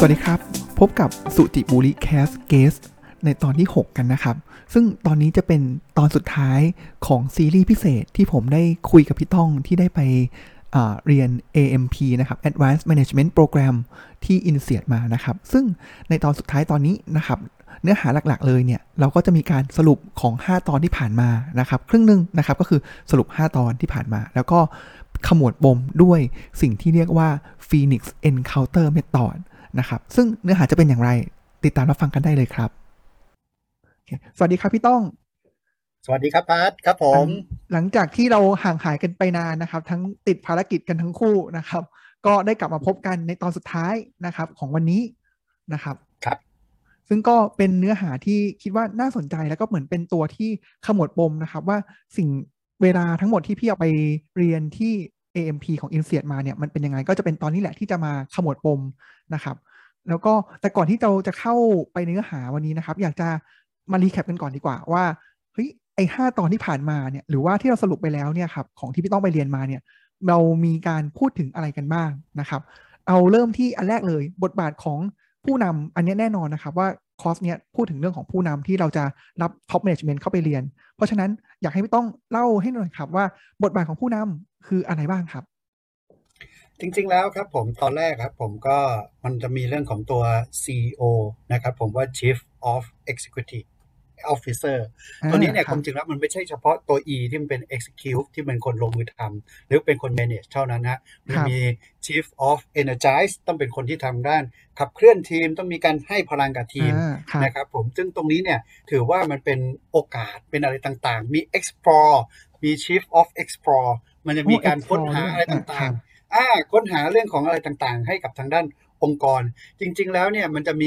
สวัสดีครับพบกับสุจิบุริแคสเกสในตอนที่6กันนะครับซึ่งตอนนี้จะเป็นตอนสุดท้ายของซีรีส์พิเศษที่ผมได้คุยกับพี่ต้องที่ได้ไปเรียน AMP นะครับ Advanced Management Program ที่ INSEAD มานะครับซึ่งในตอนสุดท้ายตอนนี้นะครับเนื้อหาหลักๆเลยเนี่ยเราก็จะมีการสรุปของ5ตอนที่ผ่านมานะครับครึ่งนึงนะครับก็คือสรุป5ตอนที่ผ่านมาแล้วก็ขมวดปมด้วยสิ่งที่เรียกว่า Phoenix Encounter Method นะครับซึ่งเนื้อหาจะเป็นอย่างไรติดตามรับฟังกันได้เลยครับ สวัสดีครับพี่ต้องสวัสดีครับพาร์ทครับผมหลังจากที่เราห่างหายกันไปนานนะครับทั้งติดภารกิจกันทั้งคู่นะครับก็ได้กลับมาพบกันในตอนสุดท้ายนะครับของวันนี้นะครับครับซึ่งก็เป็นเนื้อหาที่คิดว่าน่าสนใจแล้วก็เหมือนเป็นตัวที่ขมวดปมนะครับว่าสิ่งเวลาทั้งหมดที่พี่เอาไปเรียนที่ AMP ของ INSEAD มาเนี่ยมันเป็นยังไงก็จะเป็นตอนนี้แหละที่จะมาขมวดปมนะครับแล้วก็แต่ก่อนที่เราจะเข้าไปเนื้อหาวันนี้นะครับอยากจะมารีแคปกันก่อนดีกว่าว่าเฮ้ยไอ้5ตอนที่ผ่านมาเนี่ยหรือว่าที่เราสรุปไปแล้วเนี่ยครับของที่พี่ต้องไปเรียนมาเนี่ยเรามีการพูดถึงอะไรกันบ้างนะครับเอาเริ่มที่อันแรกเลยบทบาทของผู้นำอันนี้แน่นอนนะครับว่าคอร์สเนี้ยพูดถึงเรื่องของผู้นำที่เราจะรับ Top Management เข้าไปเรียนเพราะฉะนั้นอยากให้พี่ต้องเล่าให้หน่อยครับว่าบทบาทของผู้นำคืออะไรบ้างครับจริงๆแล้วครับผมตอนแรกครับผมก็มันจะมีเรื่องของตัว CEO นะครับผมว่า Chief of Executive Officer ตัวนี้เนี่ยความจริงแล้วมันไม่ใช่เฉพาะตัว E ที่มันเป็น Execute ที่เป็นคนลงมือทำหรือเป็นคน manage เท่านั้นนะมันมี Chief of Energize ต้องเป็นคนที่ทำด้านขับเคลื่อนทีมต้องมีการให้พลังกับทีมนะครับผมซึ่งตรงนี้เนี่ยถือว่ามันเป็นโอกาสเป็นอะไรต่างๆมี Explore มี Chief of Explore มันจะมีการค้นหาอะไรต่างๆค้นหาเรื่องของอะไรต่างๆให้กับทางด้านองค์กรจริงๆแล้วเนี่ยมันจะมี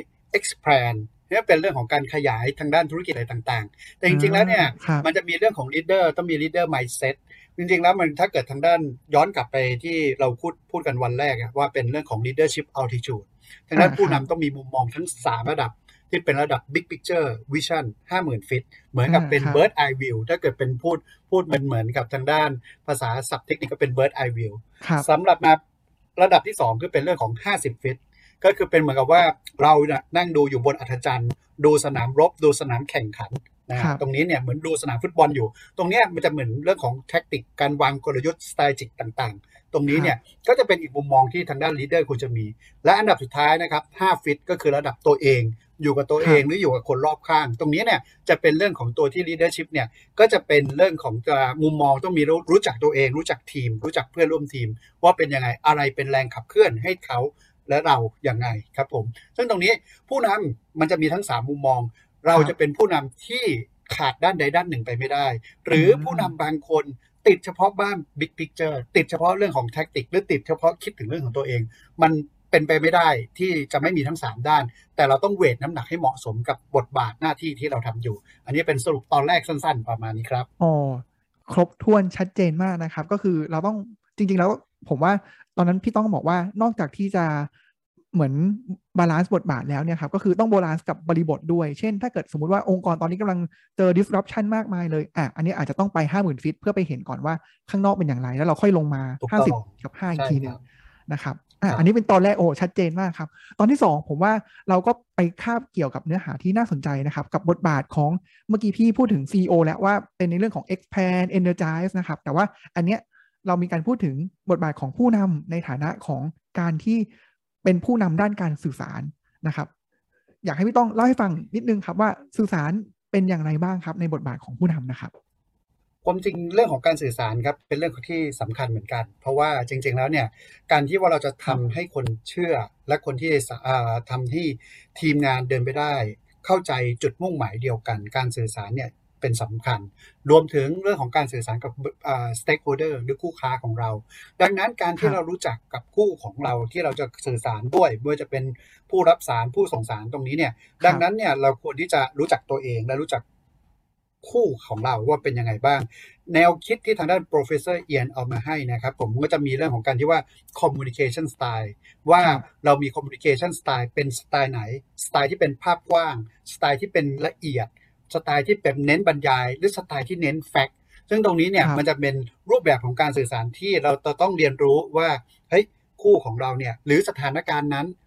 expand เนี่ยเป็นเรื่องของการขยายทางด้านธุรกิจอะไรต่างๆแต่จริงๆแล้วเนี่ยมันจะมีเรื่องของ leader ต้องมี leader mindset จริงๆแล้วมันถ้าเกิดทางด้านย้อนกลับไปที่เราพูดกันวันแรกว่าเป็นเรื่องของ leadership altitude ทางด้านผู้นำต้องมีมุมมองทั้ง3ระดับที่เป็นระดับ big picture vision 50,000 feet เหมือนกับเป็น bird eye view ถ้าเกิดเป็นพูดเหมือนกับทางด้านภาษาศัพท์เทคนิคก็เป็น bird eye view สำหรับมาระดับที่2คือเป็นเรื่องของ50 feet ก็คือเป็นเหมือนกับว่าเรานั่งดูอยู่บนอัธจันทร์ดูสนามรบดูสนามแข่งขันนะตรงนี้เนี่ยเหมือนดูสนามฟุตบอลอยู่ตรงนี้มันจะเหมือนเรื่องของแทคติกการวางกลยุทธ์ strategic ต่างๆตรงนี้เนี่ยก็จะเป็นอีกมุมมองที่ทางด้าน leader ควรจะมีและอันดับสุดท้ายนะครับ5 feet ก็คือระดับตัวเองอยู่กับตัวเองหรืออยู่กับคนรอบข้างตรงนี้เนี่ยจะเป็นเรื่องของตัวที่ leadership เนี่ยก็จะเป็นเรื่องของมุมมองต้องมีรู้จักตัวเองรู้จักทีมรู้จักเพื่อนร่วมทีมว่าเป็นยังไงอะไรเป็นแรงขับเคลื่อนให้เขาและเราอย่างไงครับผมซึ่งตรงนี้ผู้นำมันจะมีทั้ง3มุมมองเราจะเป็นผู้นำที่ขาดด้านใดด้านหนึ่งไปไม่ได้หรือผู้นำบางคนติดเฉพาะบ้าน big picture ติดเฉพาะเรื่องของแทคติกหรือติดเฉพาะคิดถึงเรื่องของตัวเองมันเป็นไปไม่ได้ที่จะไม่มีทั้ง3ด้านแต่เราต้องเวทน้ำหนักให้เหมาะสมกับบทบาทหน้าที่ที่เราทำอยู่อันนี้เป็นสรุปตอนแรกสั้นๆประมาณนี้ครับอ๋อครบถ้วนชัดเจนมากนะครับก็คือเราต้องจริงๆแล้วผมว่าตอนนั้นพี่ต้องบอกว่านอกจากที่จะเหมือนบาลานซ์บทบาทแล้วเนี่ยครับก็คือต้องบาลานซ์กับบริบทด้วยเช่นถ้าเกิดสมมุติว่าองค์กรตอนนี้กำลังเจอ disruption มากมายเลยอันนี้อาจจะต้องไป 50,000 ฟิตเพื่อไปเห็นก่อนว่าข้างนอกเป็นอย่างไรแล้วเราค่อยลงมา50กับ5อีกทีนึงนะครับอันนี้เป็นตอนแรกชัดเจนมากครับตอนที่2ผมว่าเราก็ไปคาบเกี่ยวกับเนื้อหาที่น่าสนใจนะครับกับบทบาทของเมื่อกี้พี่พูดถึง CEO แล้วว่าเป็นในเรื่องของ expand energize นะครับแต่ว่าอันเนี้ยเรามีการพูดถึงบทบาทของผู้นำในฐานะของการที่เป็นผู้นำด้านการสื่อสารนะครับอยากให้พี่ต้องเล่าให้ฟังนิดนึงครับว่าสื่อสารเป็นอย่างไรบ้างครับในบทบาทของผู้นำนะครับความจริงเรื่องของการสื่อสารครับเป็นเรื่องที่สำคัญเหมือนกันเพราะว่าจริงๆแล้วเนี่ยการที่ว่าเราจะทำให้คนเชื่อและคนที่ทำที่ทีมงานเดินไปได้เข้าใจจุดมุ่งหมายเดียวกันการสื่อสารเนี่ยเป็นสำคัญรวมถึงเรื่องของการสื่อสารกับstakeholder หรือคู่ค้าของเราดังนั้นการที่เรารู้จักกับคู่ของเราที่เราจะสื่อสารด้วยไม่ว่าจะเป็นผู้รับสารผู้ส่งสารตรงนี้เนี่ยดังนั้นเนี่ยเราควรที่จะรู้จักตัวเองและรู้จักคู่ของเราว่าเป็นยังไงบ้างแนวคิดที่ทางด้าน Professor Ian เอามาให้นะครับผมก็จะมีเรื่องของการที่ว่า communication style ว่าเรามี communication style เป็นสไตล์ไหนสไตล์ที่เป็นภาพกว้างสไตล์ที่เป็นละเอียดสไตล์ที่เป็นเน้นบรรยายหรือสไตล์ที่เน้นแฟกต์ซึ่งตรงนี้เนี่ยมันจะเป็นรูปแบบของการสื่อสารที่เราต้องเรียนรู้ว่าเฮ้ยคู่ของเราเนี่ยหรือสถานการณ์นั้น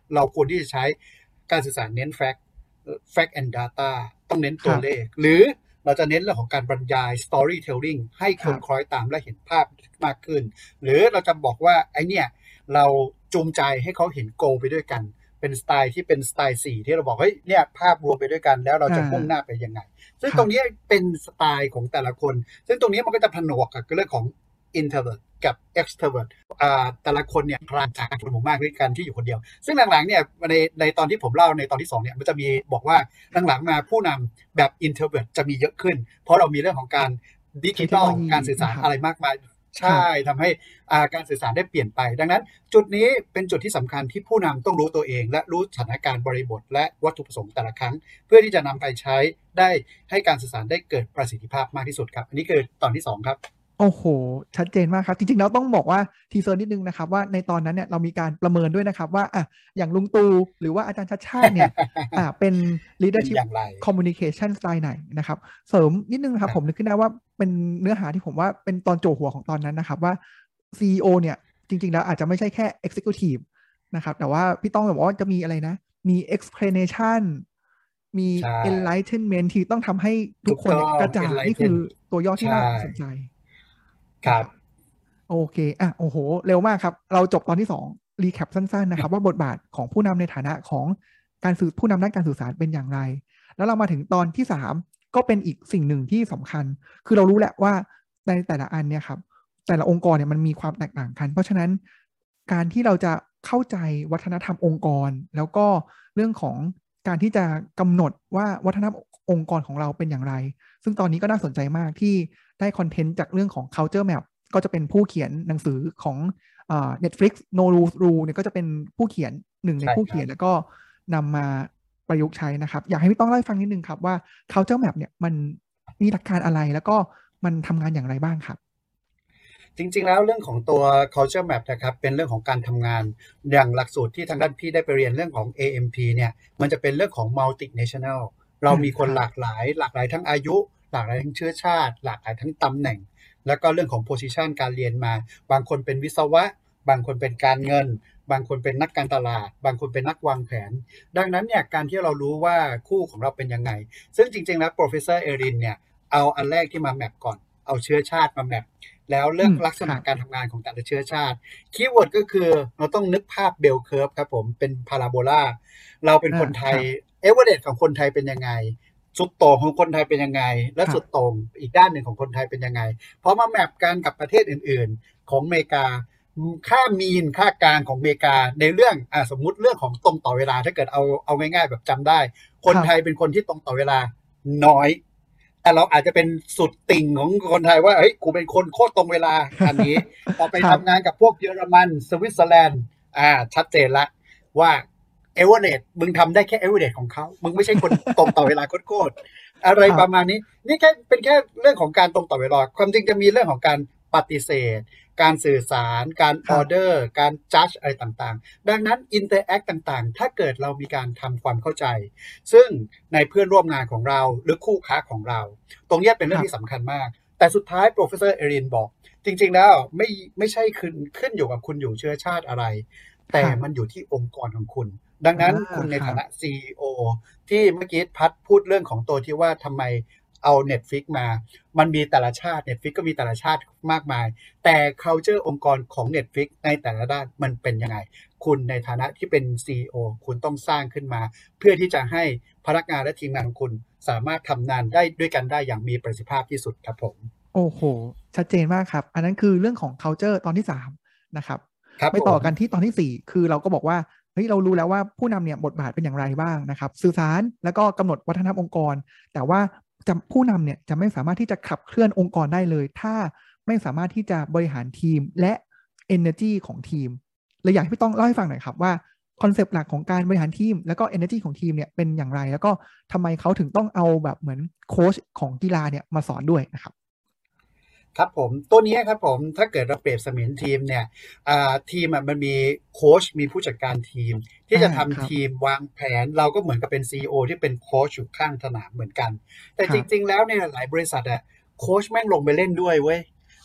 เราควรที่จะใช้การสื่อสารเน้น fact and data ต้องเน้นตัวเลขหรือเราจะเน้นเรื่องของการบรรยาย storytelling ให้คนคล้อยตามและเห็นภาพมากขึ้นหรือเราจะบอกว่าไอเนี่ยเราจูงใจให้เขาเห็นโกไปด้วยกันเป็นสไตล์ที่เป็นสไตล์4ที่เราบอกเฮ้ยเนี่ยภาพรวมไปด้วยกันแล้วเราจะมุ่งหน้าไปยังไงซึ่งตรงนี้เป็นสไตล์ของแต่ละคนซึ่งตรงนี้มันก็จะผนวกกับเรื่องของ introvert กับ extrovert แต่ละคนเนี่ยพลังจากการผมมากด้วยกันที่อยู่คนเดียวซึ่งหลังๆเนี่ยในตอนที่ผมเล่าในตอนที่2เนี่ยมันจะมีบอกว่าหลังๆมาผู้นำแบบ introvert จะมีเยอะขึ้นเพราะเรามีเรื่องของการดิจิทัลการสื่อสารอะไรมากมายใช่ทำให้การสื่อสารได้เปลี่ยนไปดังนั้นจุดนี้เป็นจุดที่สำคัญที่ผู้นำต้องรู้ตัวเองและรู้สถานการณ์บริบทและวัตถุประสงค์แต่ละครั้งเพื่อที่จะนำไปใช้ได้ให้การสื่อสารได้เกิดประสิทธิภาพมากที่สุดครับอันนี้คือตอนที่2ครับโอ้โหชัดเจนมากครับจริงๆแล้วต้องบอกว่าทีเซอร์นิดนึงนะครับว่าในตอนนั้นเนี่ยเรามีการประเมินด้วยนะครับว่าอย่างลุงตู่หรือว่าอาจารย์ชัชชาติเนี่ยเป็น leadership communication สไตล์ไหนนะครับเสริมนิดนึงนะครับผมนึกขึ้นได้ว่าเป็นเนื้อหาที่ผมว่าเป็นตอนโจหัวของตอนนั้นนะครับว่า CEO เนี่ยจริงๆแล้วอาจจะไม่ใช่แค่ executive นะครับแต่ว่าพี่ต้องบอกว่าจะมีอะไรนะมี explanation มี enlightenment ที่ต้องทำให้ทุกคนกระจ่างนี่คือตัวย่อที่น่าสนใจครับโอเคโอ้โหเร็วมากครับเราจบตอนที่2รีแคปสั้นๆนะครับว่าบทบาทของผู้นำในฐานะของการสื่อผู้นำด้านการสื่อสารเป็นอย่างไรแล้วเรามาถึงตอนที่3ก็เป็นอีกสิ่งหนึ่งที่สำคัญคือเรารู้แหละว่าในแต่ละอันเนี่ยครับแต่ละองค์กรเนี่ยมันมีความแตกต่างกันเพราะฉะนั้นการที่เราจะเข้าใจวัฒนธรรมองค์กรแล้วก็เรื่องของการที่จะกำหนดว่าวัฒนธรรมองค์กรของเราเป็นอย่างไรซึ่งตอนนี้ก็น่าสนใจมากที่ได้คอนเทนต์จากเรื่องของ culture map ก็จะเป็นผู้เขียนหนังสือของNetflix No Rules Rule เนี่ยก็จะเป็นผู้เขียนหนึ่งในผู้เขียนแล้วก็นำมาประยุกต์ใช้นะครับอยากให้พี่ต้องเล่าให้ฟังนิดนึงครับว่า culture map เนี่ยมันมีหลักการอะไรแล้วก็มันทำงานอย่างไรบ้างครับจริงๆแล้วเรื่องของตัว culture map นะครับเป็นเรื่องของการทำงานอย่างหลักสูตรที่ทางด้านพี่ได้ไปเรียนเรื่องของ AMP เนี่ยมันจะเป็นเรื่องของ multinational เรามีคนหลากหลายทั้งอายุหลากหลายทั้งเชื้อชาติหลากหลายทั้งตำแหน่งแล้วก็เรื่องของ position การเรียนมาบางคนเป็นวิศวะบางคนเป็นการเงินบางคนเป็นนักการตลาดบางคนเป็นนักวางแผนดังนั้นเนี่ยการที่เรารู้ว่าคู่ของเราเป็นยังไงซึ่งจริงๆแล้ว Professor Erin เนี่ยเอาอันแรกที่มาแมปก่อนเอาเชื้อชาติมาแมปแล้วเลือกลักษณะการทำงานของแต่ละเชื้อชาติคีย์เวิร์ดก็คือเราต้องนึกภาพเบลเคิร์ฟครับผมเป็นพาราโบลาเราเป็นคนไทยเอเวอเรสต์ของคนไทยเป็นยังไงสุดโต่งของคนไทยเป็นยังไงและสุดโต่งอีกด้านหนึ่งของคนไทยเป็นยังไงพอมาแมปกันกับประเทศอื่นๆของอเมริกาค่ามีนค่ากลางของอเมริกาในเรื่องสมมุติเรื่องของตรงต่อเวลาถ้าเกิดเอาง่ายๆแบบจำได้คนไทยเป็นคนที่ตรงต่อเวลาน้อยแต่เราอาจจะเป็นสุดติ่งของคนไทยว่าเฮ้ยกูเป็นคนโคตรตรงเวลาอันนี้พอไปทำงานกับพวกเยอรมันสวิตเซอร์แลนด์ชัดเจนละว่าเอเวอเรสต์มึงทำได้แค่เอเวอเรสต์ของเขามึงไม่ใช่คนตรงต่อเวลาโคตรอะไรประมาณนี้นี่แค่เป็นแค่เรื่องของการตรงต่อเวลาความจริงจะมีเรื่องของการปฏิเสธการสื่อสารการออเดอร์การจัดอะไรต่างๆดังนั้นอินเตอร์แอคต่างๆถ้าเกิดเรามีการทำความเข้าใจซึ่งในเพื่อนร่วมงานของเราหรือคู่ค้าของเราตรงนี้เป็นเรื่องที่สำคัญมากแต่สุดท้าย Professor Erin บอกจริงๆแล้วไม่ใช่ขึ้นอยู่กับคุณอยู่เชื้อชาติอะไรแต่มันอยู่ที่องค์กรของคุณดังนั้นคุณในฐานะ CEO ที่เมื่อกี้พัดพูดเรื่องของตัวที่ว่าทำไมเอา Netflix มามันมีแต่ละชาติ Netflix ก็มีแต่ละชาติมากมายแต่ culture องค์กรของ Netflix ในแต่ละด้านมันเป็นยังไงคุณในฐานะที่เป็น CEO คุณต้องสร้างขึ้นมาเพื่อที่จะให้พนักงานและทีมงานของคุณสามารถทำงานได้ด้วยกันได้อย่างมีประสิทธิภาพที่สุดครับผมโอ้โหชัดเจนมากครับอันนั้นคือเรื่องของ culture ตอนที่3นะครับไปต่อกันที่ตอนที่4คือเราก็บอกว่าเฮ้ยเรารู้แล้วว่าผู้นำเนี่ยบทบาทเป็นอย่างไรบ้างนะครับสื่อสารแล้วก็กำหนดวัฒนธรรมองค์กรแต่ว่าผู้นำเนี่ยจะไม่สามารถที่จะขับเคลื่อนองค์กรได้เลยถ้าไม่สามารถที่จะบริหารทีมและ energy ของทีมเลยอยากให้พี่ต้องเล่าให้ฟังหน่อยครับว่าคอนเซปต์หลักของการบริหารทีมแล้วก็ energy ของทีมเนี่ยเป็นอย่างไรแล้วก็ทำไมเขาถึงต้องเอาแบบเหมือนโค้ชของกีฬาเนี่ยมาสอนด้วยนะครับครับผมตัวนี้ครับผมถ้าเกิดเราเปรียบเสมือนทีมเนี่ยทีมมันมีโค้ชมีผู้จัดการทีมที่จะทำทีมวางแผนเราก็เหมือนกับเป็น CEO ที่เป็นโค้ชอยู่ข้างสนามเหมือนกันแต่จริงๆแล้วเนี่ยหลายบริษัทโค้ชแม่งลงไปเล่นด้วยเว้ย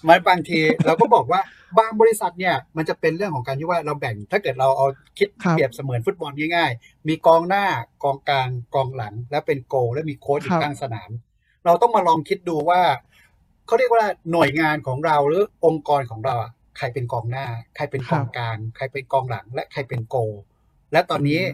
มันบางทีเราก็บอกว่าบางบริษัทเนี่ยมันจะเป็นเรื่องของการที่ว่าเราแบ่งถ้าเกิดเราเอาคิดเปรียบเสมือนฟุตบอลง่ายๆมีกองหน้ากองกลางกองหลังและเป็นโกลและมีโค้ชอยู่ข้างสนามเราต้องมาลองคิดดูว่าเขาเรียกว่าหน่วยงานของเราหรือองค์กรของเราใครเป็นกองหน้าใครเป็นกองกลางใครเป็นกองหลังและใครเป็นโกลและตอนนี้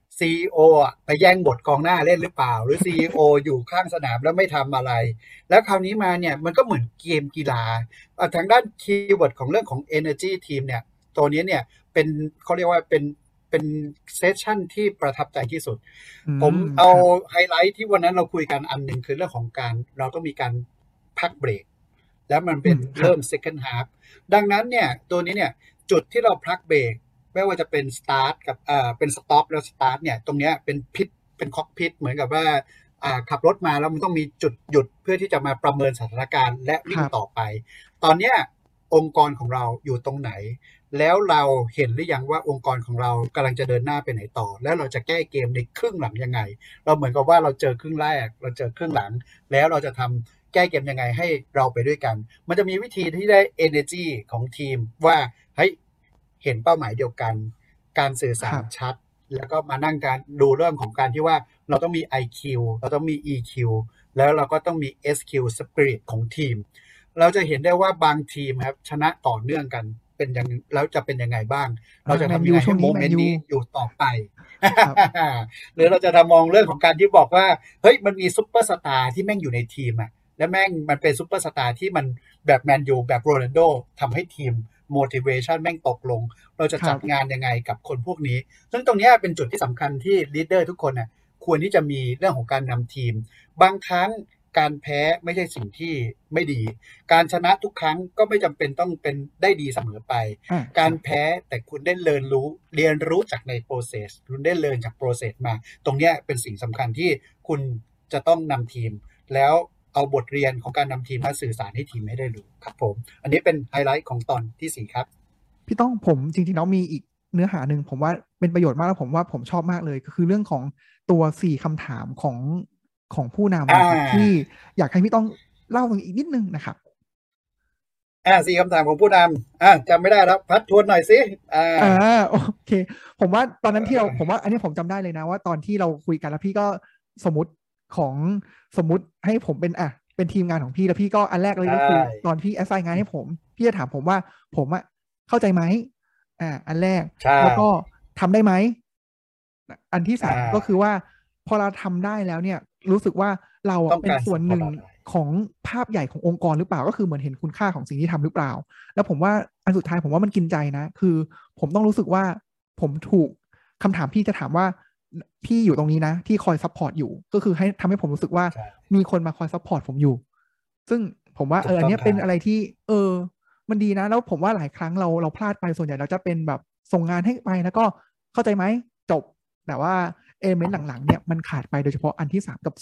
CEO ไปแย่งบทกองหน้าเล่นหรือเปล่าหรือ CEO อยู่ข้างสนามแล้วไม่ทำอะไรแล้วคราวนี้มาเนี่ยมันก็เหมือนเกมกีฬาทางด้านคีย์เวิร์ดของเรื่องของ Energy Team เนี่ยตัวนี้เนี่ยเป็นเขาเรียกว่าเป็นเซสชั่นที่ประทับใจที่สุดผมเอาไฮไลท์ที่วันนั้นเราคุยกันอันหนึ่งคือเรื่องของการเราต้องมีการพักเบรกแล้วมันเป็นเริ่ม second half ดังนั้นเนี่ยตัวนี้เนี่ยจุดที่เราพักเบรกไม่ว่าจะเป็นสตาร์ทกับเป็นสต็อปแล้วสตาร์ทเนี่ยตรงเนี้ยเป็นพิษเป็นคอกพิษเหมือนกับว่าขับรถมาแล้วมันต้องมีจุดหยุดเพื่อที่จะมาประเมินสถานการณ์และวิ่งต่อไปตอนเนี้ยองค์กรของเราอยู่ตรงไหนแล้วเราเห็นหรือยังว่าองค์กรของเรากำลังจะเดินหน้าไปไหนต่อแล้วเราจะแก้เกมในครึ่งหลังยังไงเราเหมือนกับว่าเราเจอครึ่งแรกเราเจอครึ่งหลังแล้วเราจะทำแก้เกมยังไงให้เราไปด้วยกันมันจะมีวิธีที่ได้ energy ของทีมว่าเฮ้ยเห็นเป้าหมายเดียวกันการสื่อสารชัดแล้วก็มานั่งการดูเรื่องของการที่ว่าเราต้องมี IQ เราต้องมี EQ แล้วเราก็ต้องมี SQ Spirit ของทีมเราจะเห็นได้ว่าบางทีมครับชนะต่อเนื่องกันเป็นอย่างแล้วจะเป็นยังไงบ้างเราจะทำยังไงให้โมเมนต์นี้อยู่ต่อไปหรือเราจะทำมองเรื่องของการที่บอกว่าเฮ้ยมันมีซุปเปอร์สตาร์ที่แม่งอยู่ในทีมและแม่งมันเป็นซุปเปอร์สตาร์ที่มันแบบแมนยูแบบโรนัลโดทำให้ทีมmotivation แม่งตกลงเราจะจัดงานยังไงกับคนพวกนี้ซึ่งตรงนี้เป็นจุดที่สำคัญที่ลีดเดอร์ทุกคนควรที่จะมีเรื่องของการนำทีมบางครั้งการแพ้ไม่ใช่สิ่งที่ไม่ดีการชนะทุกครั้งก็ไม่จำเป็นต้องเป็นได้ดีเสมอไปการแพ้แต่คุณได้เรียนรู้จากใน process คุณได้เรียนจาก process มาตรงนี้เป็นสิ่งสำคัญที่คุณจะต้องนำทีมแล้วเอาบทเรียนของการนำทีมมาสื่อสารให้ทีมให้ได้รู้ครับผมอันนี้เป็นไฮไลท์ของตอนที่4ครับพี่ต้องผมจริงๆแล้วมีอีกเนื้อหาหนึ่งผมว่าเป็นประโยชน์มากแล้วผมว่าผมชอบมากเลยก็คือเรื่องของตัว4คำถามของผู้นำนะครับที่อยากให้พี่ต้องเล่าอีกนิดนึงนะครับ 4คำถามของผู้นำจำไม่ได้แล้วพัดทวนหน่อยสิโอเคผมว่าตอนนั้นที่ผมว่าอันนี้ผมจำได้เลยนะว่าตอนที่เราคุยกันแล้วพี่ก็สมมติให้ผมเป็นทีมงานของพี่แล้วพี่ก็อันแรกเลยก็คือตอนพี่แอสไซน์งานให้ผมพี่จะถามผมว่าผมเข้าใจไหมอันแรกแล้วก็ทำได้ไหมอันที่3ก็คือว่าพอเราทำได้แล้วเนี่ยรู้สึกว่าเราเป็นส่วนหนึ่งของภาพใหญ่ขององค์กรหรือเปล่าก็คือเหมือนเห็นคุณค่าของสิ่งที่ทำหรือเปล่าแล้วผมว่าอันสุดท้ายผมว่ามันกินใจนะคือผมต้องรู้สึกว่าผมถูกคำถามพี่จะถามว่าพี่อยู่ตรงนี้นะที่คอยซัพพอร์ตอยู่ก็คือให้ทำให้ผมรู้สึกว่ามีคนมาคอยซัพพอร์ตผมอยู่ซึ่งผมว่าอันนี้เป็นอะไรที่มันดีนะแล้วผมว่าหลายครั้งเราพลาดไปส่วนใหญ่เราจะเป็นแบบส่งงานให้ไปแล้วก็เข้าใจไหมจบแต่ว่าเอลิเมนต์หลังๆเนี่ยมันขาดไปโดยเฉพาะอันที่3กับ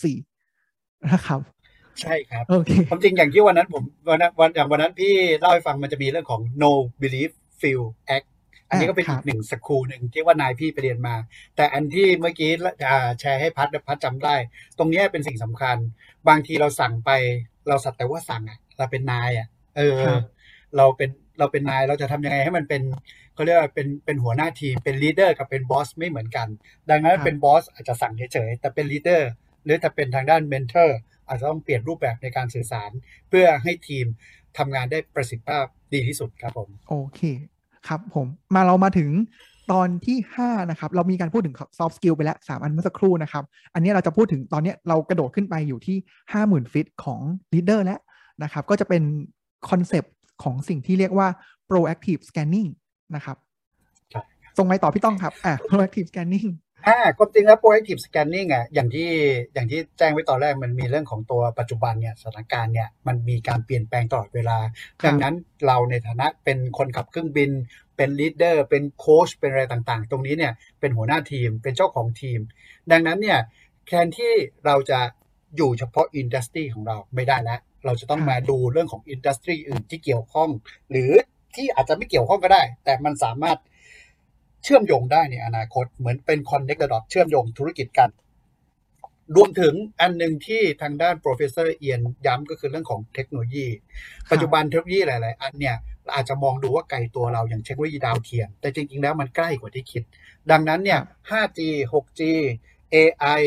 4นะครับใช่ครับความจริงอย่างที่วันนั้นวันนั้นพี่เล่าให้ฟังมันจะมีเรื่องของ no belief feel act อันนี้ก็เป็นอีกหนึ่งสกูลหนึ่งที่ว่านายพี่ไปเรียนมาแต่อันที่เมื่อกี้แชร์ให้พัดจำได้ตรงนี้เป็นสิ่งสำคัญบางทีเราสั่งไปเราสักแต่ว่าสั่งเราเป็นนายเราเป็นนายเราจะทำยังไงให้มันเป็นเขาเรียกว่าเป็นหัวหน้าทีมเป็นลีดเดอร์กับเป็นบอสไม่เหมือนกันดังนั้นเป็นบอสอาจจะสั่งเฉยๆแต่เป็นลีดเดอร์หรือถ้าเป็นทางด้านเมนเทอร์อาจจะต้องเปลี่ยนรูปแบบในการสื่อสารเพื่อให้ทีมทำงานได้ประสิทธิภาพดีที่สุดครับผมโอเคครับผมเรามาถึงตอนที่5นะครับเรามีการพูดถึง soft skill ไปแล้ว3อันเมื่อสักครู่นะครับอันนี้เราจะพูดถึงตอนนี้เรากระโดดขึ้นไปอยู่ที่ 50,000 ฟิตของ leader แล้วนะครับก็จะเป็นคอนเซปต์ของสิ่งที่เรียกว่า proactive scanning นะครับส่งไงต่อพี่ต้องครับproactive scanning ความจริงแล้ว proactive scanning อย่างที่แจ้งไว้ตอนแรกมันมีเรื่องของตัวปัจจุบันเนี่ยสถานการณ์เนี่ยมันมีการเปลี่ยนแปลงตลอดเวลาดังนั้นเราในฐานะเป็นคนขับเครื่องบินเป็น leader เป็นโค้ชเป็นอะไรต่างๆตรงนี้เนี่ยเป็นหัวหน้าทีมเป็นเจ้าของทีมดังนั้นเนี่ยแทนที่เราจะอยู่เฉพาะอินดัสทรีของเราไม่ได้แล้วเราจะต้องมาดูเรื่องของอินดัสทรีอื่นที่เกี่ยวข้องหรือที่อาจจะไม่เกี่ยวข้องก็ได้แต่มันสามารถเชื่อมโยงได้ในอนาคตเหมือนเป็น connect the dot เชื่อมโยงธุรกิจกันรวมถึงอันหนึ่งที่ทางด้าน Professor เอียนย้ำก็คือเรื่องของเทคโนโลยีปัจจุบันเทคโนโลยีหลายๆอันเนี่ยอาจจะมองดูว่าไกลตัวเราอย่างเทคโนโลยีดาวเทียมแต่จริงๆแล้วมันใกล้กว่าที่คิดดังนั้นเนี่ย 5G 6G AI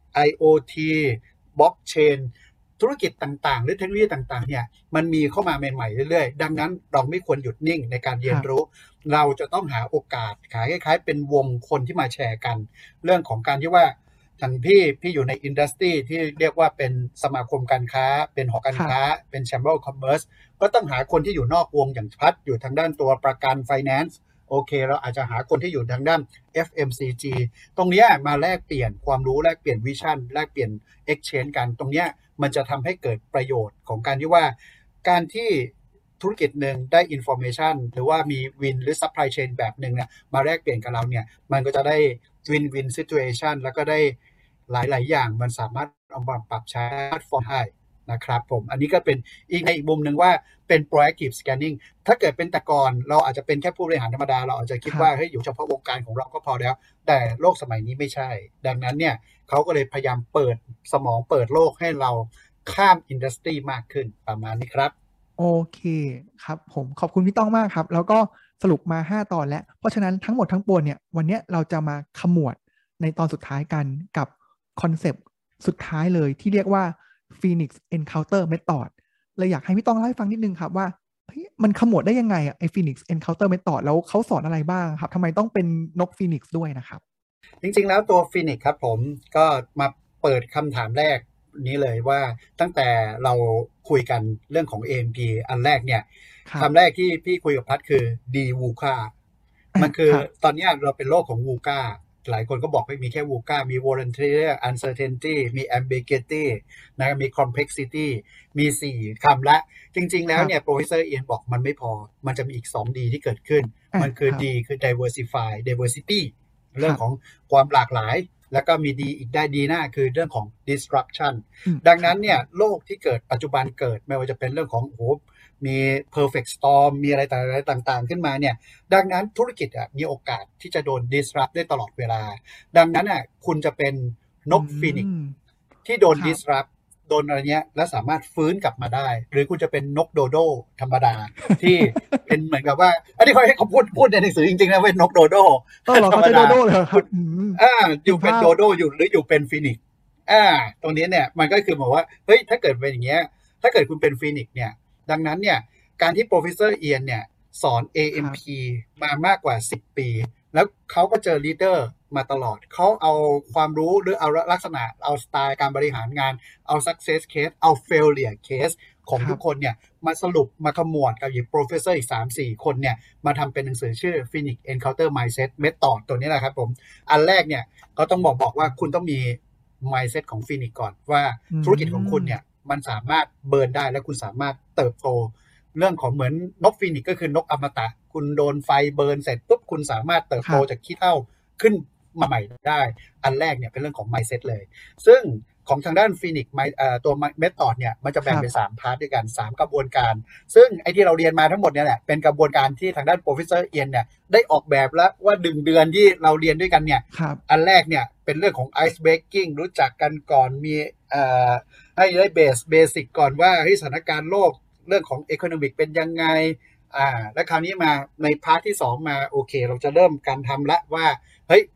IoT Blockchain ธุรกิจต่างๆหรือเทคโนโลยีต่างๆเนี่ยมันมีเข้ามาใหม่ๆเรื่อยๆดังนั้นเราไม่ควรหยุดนิ่งในการเรียนรู้เราจะต้องหาโอกาสคล้ายๆเป็นวงคนที่มาแชร์กันเรื่องของการที่ว่าอย่างพี่อยู่ในอินดัสทรีที่เรียกว่าเป็นสมาคมการค้าเป็นหอการค้าเป็น Chamber of Commerce ก็ต้องหาคนที่อยู่นอกวงอย่างพัดอยู่ทางด้านตัวประกัน Finance โอเคเราอาจจะหาคนที่อยู่ทางด้าน FMCG ตรงนี้มาแลกเปลี่ยนความรู้แลกเปลี่ยนวิชั่นแลกเปลี่ยน exchange กันตรงนี้มันจะทำให้เกิดประโยชน์ของการที่ว่าการที่ธุรกิจหนึ่งได้ information หรือว่ามี win หรือ supply chain แบบหนึ่งเนี่ยมาแลกเปลี่ยนกับเราเนี่ยมันก็จะได้ win-win situation แล้วก็ได้หลายๆอย่างมันสามารถเอามาปรับใช้ฟอร์มได้นะครับผมอันนี้ก็เป็นอีกในอีกมุมหนึ่งว่าเป็น proactive scanning ถ้าเกิดเป็นแต่ก่อนเราอาจจะเป็นแค่ผู้บริหารธรรมดาเราอาจจะคิดว่าเฮ้ยอยู่เฉพาะวงการของเราก็พอแล้วแต่โลกสมัยนี้ไม่ใช่ดังนั้นเนี่ยเขาก็เลยพยายามเปิดสมองเปิดโลกให้เราข้ามอินดัสทรีมากขึ้นประมาณนี้ครับโอเคครับผมขอบคุณพี่ต้องมากครับแล้วก็สรุปมา5ตอนแล้วเพราะฉะนั้นทั้งหมดทั้งปวงเนี่ยวันนี้เราจะมาขมวดในตอนสุดท้ายกันกับคอนเซปต์สุดท้ายเลยที่เรียกว่า Phoenix Encounter Method เลยอยากให้พี่ต้องเล่าให้ฟังนิดนึงครับว่ามันขมวดได้ยังไงไอ้ Phoenix Encounter Method แล้วเขาสอนอะไรบ้างครับทำไมต้องเป็นนก Phoenix ด้วยนะครับจริงๆแล้วตัว Phoenix ครับผมก็มาเปิดคำถามแรกนี้เลยว่าตั้งแต่เราคุยกันเรื่องของ AMP อันแรกเนี่ยคำแรกที่พี่คุยกับพัดคือ DVUCA มันคือตอนนี้เราเป็นโลกของ VUCA หลายคนก็บอกไม่มีแค่ VUCA มี Voluntary Uncertainty มี Ambiguity นะมี Complexity มี4คำละจริงๆแล้วเนี่ย Professor เอียนบอกมันไม่พอมันจะมีอีก2 D ที่เกิดขึ้นมันคือ D คือ Diversify Diversity เรื่องของความหลากหลายแล้วก็มีดีอีกได้ดีหน้าคือเรื่องของ disruption ดังนั้นเนี่ยโลกที่เกิดปัจจุบันเกิดไม่ว่าจะเป็นเรื่องของมี perfect storm มีอะไรต่างๆขึ้นมาเนี่ยดังนั้นธุรกิจมีโอกาสที่จะโดน disrupt ได้ตลอดเวลาดังนั้นคุณจะเป็นนกฟีนิกซ์ที่โดน disrupt โดนอะไรเงี้ยแล้วสามารถฟื้นกลับมาได้หรือคุณจะเป็นนกโดโดธรรมดาที่เป็นเหมือนกับว่าอันนี้เขาพูดในหนังสือจริงๆนะเป็นนกโดโดธรรมดาโดโดเลยครับอยู่เป็นโดโดอยู่หรืออยู่เป็นฟีนิกซ์ตรงนี้เนี่ยมันก็คือบอกว่าเฮ้ยถ้าเกิดเป็นอย่างเงี้ยถ้าเกิดคุณเป็นฟีนิกซ์เนี่ยดังนั้นเนี่ยการที่ Professor เอียนเนี่ยสอน AMP มามากกว่า10 ปีแล้วเขาก็เจอลีดเดอร์มาตลอดเขาเอาความรู้หรือเอาลักษณะเอาสไตล์การบริหารงานเอา success case เอา failure case ของทุกคนเนี่ยมาสรุปมาขมวดกับอีก professor อีก 3-4 คนเนี่ยมาทำเป็นหนังสือชื่อ Phoenix Encounter Mindset Method ตัวนี้แหละครับผมอันแรกเนี่ยก็ต้องบอกว่าคุณต้องมี mindset ของ Phoenix ก่อนว่าธุรกิจของคุณเนี่ยมันสามารถเบิร์นได้และคุณสามารถเติบโตเรื่องของเหมือนนกฟีนิกซ์ก็คือนกอมตะคุณโดนไฟเบิร์นเสร็จปุ๊บคุณสามารถเติบโตจากขี้เถ้าขึ้นมาใหม่ได้อันแรกเนี่ยเป็นเรื่องของ mindset เลยซึ่งของทางด้านฟีนิกซ์ตัวเมธอดเนี่ยมันจะแบ่งเป็น3พาร์ทด้วยกัน3กระบวนการซึ่งไอ้ที่เราเรียนมาทั้งหมดเนี่ยแหละเป็นกระบวนการที่ทางด้าน Professor เอียนเนี่ยได้ออกแบบแล้วว่า1 เดือนที่เราเรียนด้วยกันเนี่ยอันแรกเนี่ยเป็นเรื่องของ ice breaking รู้จักกันก่อนมีให้ได้เบสิกก่อนว่าสถานการณ์โลกเรื่องของ economic เป็นยังไงแล้วคราวนี้มาในพาร์ทที่2มาโอเคเราจะเริ่มการทำละว่าเฮ้ย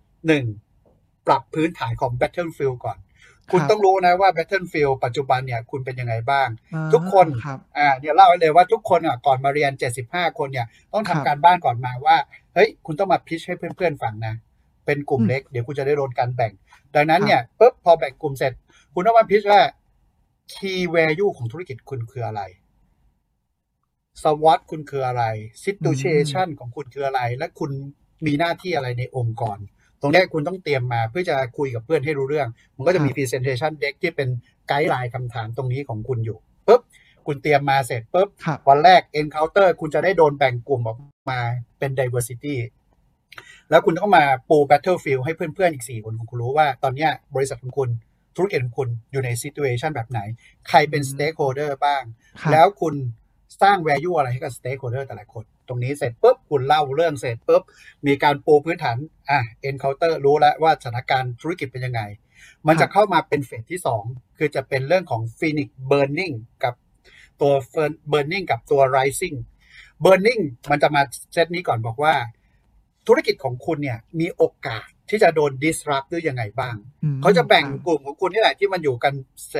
1ปรับพื้นฐานของ Battlefield ก่อนคุณต้องรู้นะว่า Battlefield ปัจจุบันเนี่ยคุณเป็นยังไงบ้างทุกคนเดี๋ยวเล่าให้เลยว่าทุกคนก่อนมาเรียน75 คนเนี่ยต้องทำการบ้านก่อนมาว่าเฮ้ยคุณต้องมาพิชให้เพื่อนๆฟังนะเป็นกลุ่มเล็กเดี๋ยวคุณจะได้โดนการแบ่งดังนั้นเนี่ยปุ๊บพอแบ่งกลุ่มเสร็จคุณต้องมาพิชว่า key value ของธุรกิจคุณคืออะไรSWOT คุณคืออะไร Situation ของคุณคืออะไรและคุณมีหน้าที่อะไรในองค์กรตรงนี้คุณต้องเตรียมมาเพื่อจะคุยกับเพื่อนให้รู้เรื่องมันก็จะมี Presentation Deck ที่เป็นไกด์ไลน์คำถามตรงนี้ของคุณอยู่ปุ๊บคุณเตรียมมาเสร็จปุ๊บวันแรก Encounter คุณจะได้โดนแบ่งกลุ่มออกมาเป็น Diversity แล้วคุณต้องมาปู Battlefield ให้เพื่อนๆอีก4 คนคุณรู้ว่าตอนนี้บริษัทของคุณธุรกิจของคุณอยู่ใน Situation แบบไหนใครเป็น Stakeholder บ้างแล้วคุณสร้าง value อะไรให้กับ stakeholder แต่ละคนตรงนี้เสร็จปุ๊บคุณเล่าเรื่องเสร็จปุ๊บมีการปูพื้นฐานencounter รู้แล้วว่าสถานการณ์ธุรกิจเป็นยังไงมันจะเข้ามาเป็นเฟสที่2คือจะเป็นเรื่องของ Phoenix Burning กับตัว Burning กับตัว Rising Burning มันจะมาเซตนี้ก่อนบอกว่าธุรกิจของคุณเนี่ยมีโอกาสที่จะโดน disrupt ด้วยยังไงบ้างเขาจะแบ่งกลุ่มของคุณนี่แหละที่มันอยู่กัน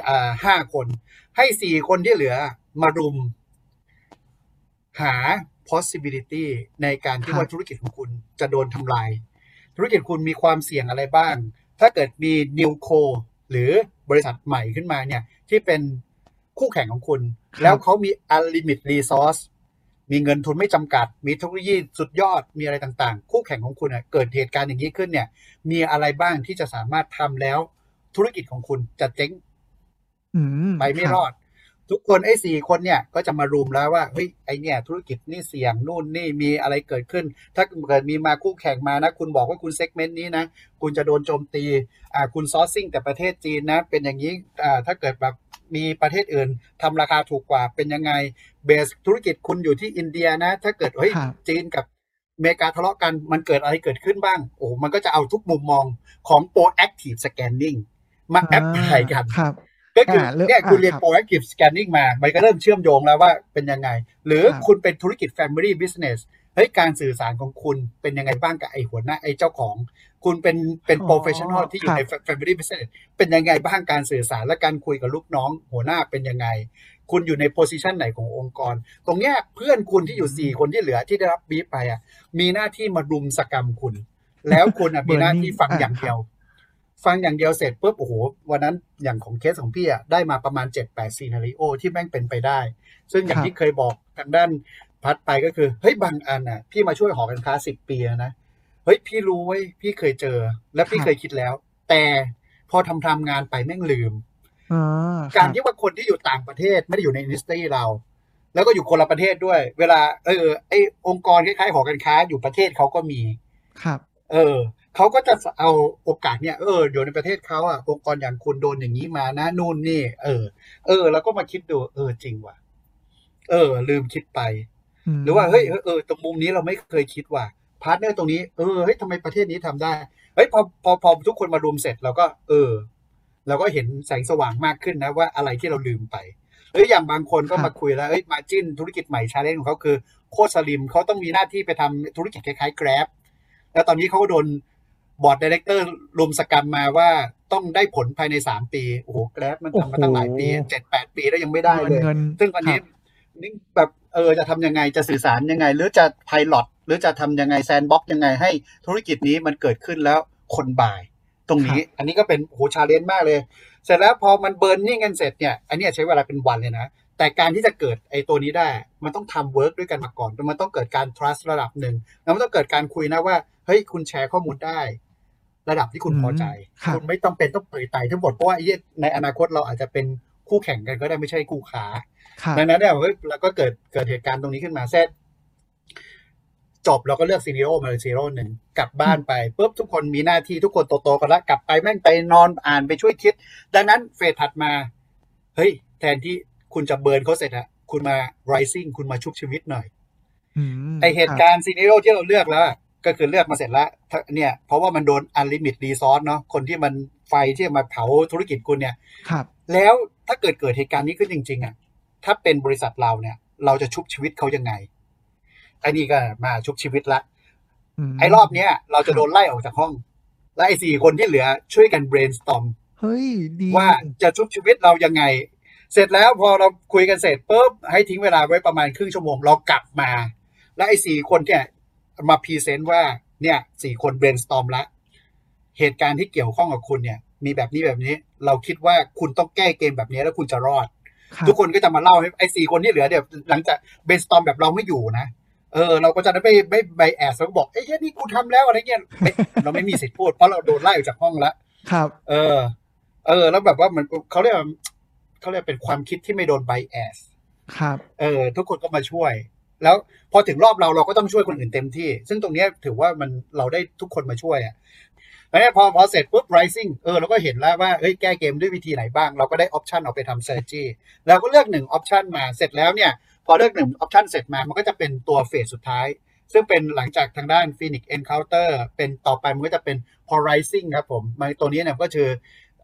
5 คนให้4 คนที่เหลือมารุมหา possibility ในการที่ว่าธุรกิจของคุณจะโดนทำลายธุรกิจคุณมีความเสี่ยงอะไรบ้างถ้าเกิดมี new co หรือบริษัทใหม่ขึ้นมาเนี่ยที่เป็นคู่แข่งของคุณแล้วเขามี unlimited resource มีเงินทุนไม่จำกัดมีเทคโนโลยีสุดยอดมีอะไรต่างๆคู่แข่งของคุณเกิดเหตุการณ์อย่างนี้ขึ้นเนี่ยมีอะไรบ้างที่จะสามารถทำแล้วธุรกิจของคุณจะเจ๊งไปไม่รอดทุกคนไอ้4 คนเนี่ยก็จะมารุมแล้วว่าเฮ้ยไอเนี่ยธุรกิจนี่เสี่ยงนู่นนี่มีอะไรเกิดขึ้นถ้าเกิดมีมาคู่แข่งมานะคุณบอกว่าคุณเซกเมนต์นี้นะคุณจะโดนโจมตีคุณซอร์ซิ่งแต่ประเทศจีนนะเป็นอย่างนี้ถ้าเกิดแบบมีประเทศอื่นทำราคาถูกกว่าเป็นยังไงเบสธุรกิจคุณอยู่ที่อินเดียนะถ้าเกิดเฮ้ยจีนกับอเมริกาทะเลาะกันมันเกิดอะไรเกิดขึ้นบ้างโอ้มันก็จะเอาทุกมุมมองของ proactive scanning มาแอปพลายกันก็คือเนี่ยคุณเรียน proactive scanning มามันก็เริ่มเชื่อมโยงแล้วว่าเป็นยังไงหรือคุณเป็นธุรกิจ family business เฮ้ยการสื่อสารของคุณเป็นยังไงบ้างกับไอ้หัวหน้าไอ้เจ้าของคุณเป็น professional ที่อยู่ใน family business เป็นยังไงบ้างการสื่อสารและการคุยกับลูกน้องหัวหน้าเป็นยังไงคุณอยู่ใน position ไหนขององค์กรตรงเนี้ยเพื่อนคุณที่อยู่4 คนที่เหลือที่ได้รับบีฟไปมีหน้าที่มารุมสกรรมคุณแล้วคุณมีหน้าที่ฟังอย่างเดียวฟังอย่างเดียวเสร็จปุ๊บโอ้โหวันนั้นอย่างของเคสของพี่ได้มาประมาณ 7-8 ซีนาริโอที่แม่งเป็นไปได้ซึ่งอย่างที่เคยบอกทางด้านพัดไปก็คือเฮ้ยบางอันพี่มาช่วยหอการค้า10 ปีนะเฮ้ยพี่รู้ไว้พี่เคยเจอและพี่เคยคิดแล้วแต่พอทำงานไปแม่งลืมการที่ว่าคนที่อยู่ต่างประเทศไม่ได้อยู่ในอินดัสทรีเราแล้วก็อยู่คนละประเทศด้วยเวลาไอองค์กรคล้ายๆหอการค้าอยู่ประเทศเขาก็มีครับเขาก็จะเอาโอกาสเนี่ยอยู่ในประเทศเขาองค์กรอย่างคุณโดนอย่างนี้มานะนู่นนี่แล้วก็มาคิดดูจริงว่ะลืมคิดไปหรือว่าเฮ้ยตรงมุมนี้เราไม่เคยคิดว่าพาร์ทเนอร์ตรงนี้เฮ้ยทำไมประเทศนี้ทำได้เฮ้ยพอทุกคนมารวมเสร็จเราก็เราก็เห็นแสงสว่างมากขึ้นนะว่าอะไรที่เราลืมไปอย่างบางคนก็มาคุยแล้วมาจิ้นธุรกิจใหม่ชาเลนจ์ของเขาคือโคตรสลิมเขาต้องมีหน้าที่ไปทำธุรกิจคล้ายๆ Grab แล้วตอนนี้เขาก็โดนบอร์ดไดเรคเตอร์รุมสกรรมมาว่าต้องได้ผลภายใน3 ปีโอ้โห Grab มันทำมาตั้งหลายปี 7-8 ปีแล้วยังไม่ได้เลยซึ่งตอนนี้นี่แบบจะทำยังไงจะสื่อสารยังไงหรือจะไพลอตหรือจะทำยังไงแซนด์บ็อกซ์ยังไงให้ธุรกิจนี้มันเกิดขึ้นแล้วคนบ่ายตรงนี้อันนี้ก็เป็นชาเลนจ์มากเลยเสร็จแล้วพอมันเบิร์นนิ่งกันเสร็จเนี่ยอันนี้ใช้เวลาเป็นวันเลยนะแต่การที่จะเกิดไอ้ตัวนี้ได้มันต้องทำเวิร์กด้วยกันมาก่อนมันต้องเกิดการ trust ระดับหนึ่งแล้วมันต้องเกิดการคุยนะว่าเฮ้ยคุณแชร์ข้อมูลได้ระดับที่คุณพอใจคุณไม่ต้องเป็นต้องเปิดไต่ทั้งหมดเพราะว่าในอนาคตเราอาจจะเป็นคู่แข่งกันก็ได้ไม่ใช่คู่ค้าดังนั้นเนี่ยเราก็เกิดเหตุการณ์ตรงนี้ขึ้นมาเสร็จจบเราก็เลือกซีโร่มาเลย1กลับบ้านไปปุ๊บทุกคนมีหน้าที่ทุกคนโตๆกันแล้วกลับไปแม่งไปนอนอ่านไปช่วยคิดดังนั้นเฟสถัดมาเฮ้ยแทนที่คุณจะเบิร์นเขาเสร็จคุณมา rising คุณมาชุบชีวิตหน่อยไอเหตุการณ์ซีโร่ที่เราเลือกแล้วก็คือเลือกมาเสร็จแล้วเนี่ยเพราะว่ามันโดน unlimited resource เนาะคนที่มันไฟที่มาเผาธุรกิจคุณเนี่ยแล้วถ้าเกิดเหตุการณ์นี้ขึ้นจริงๆถ้าเป็นบริษัทเราเนี่ยเราจะชุบชีวิตเขายังไงไอ้นี่ก็มาชุบชีวิตละไอ้รอบเนี้ยเราจะโดนไล่ออกจากห้องและไอ้4 คนที่เหลือช่วยกัน brainstorm เฮ้ยดีว่าจะชุบชีวิตเรายังไงเสร็จแล้วพอเราคุยกันเสร็จปุ๊บให้ทิ้งเวลาไว้ประมาณครึ่งชั่วโมงเรากลับมาและไอ้4 คนเนี่ยมาพรีเซนต์ว่าเนี่ย4 คน brainstorm ละเหตุการณ์ที่เกี่ยวข้องกับคุณเนี่ยมีแบบนี้เราคิดว่าคุณต้องแก้เกมแบบนี้แล้วคุณจะรอดทุกคนก็จะมาเล่าให้ไอ้4 คนที่เหลือเดี๋ยวหลังจาก brainstorm แบบเราไม่อยู่นะเราก็จะไม่ไบแอสแล้วบอกไอ้แค่นี้กูทำแล้วอะไรเงี้ยเราไม่มีสิทธิ์พูดเพราะเราโดนไล่ออกจากห้องแล้วครับแล้วแบบว่ามันเขาเรียกเป็นความคิดที่ไม่โดนไบแอสครับทุกคนก็มาช่วยแล้วพอถึงรอบเราก็ต้องช่วยคนอื่นเต็มที่ซึ่งตรงนี้ถือว่ามันเราได้ทุกคนมาช่วยแล้วเนี่ยพอเสร็จปุ๊บ rising เราก็เห็นแล้วว่าเฮ้ยแก้เกมด้วยวิธีไหนบ้างเราก็ได้ option เอาไปทำ strategy แล้วก็เลือก1 option มาเสร็จแล้วเนี่ยพอเลือก1 option เสร็จมามันก็จะเป็นตัวเฟสสุดท้ายซึ่งเป็นหลังจากทางด้าน Phoenix Encounter เป็นต่อไปมันก็จะเป็น Rising ครับผมมาตัวนี้เนี่ยก็คือ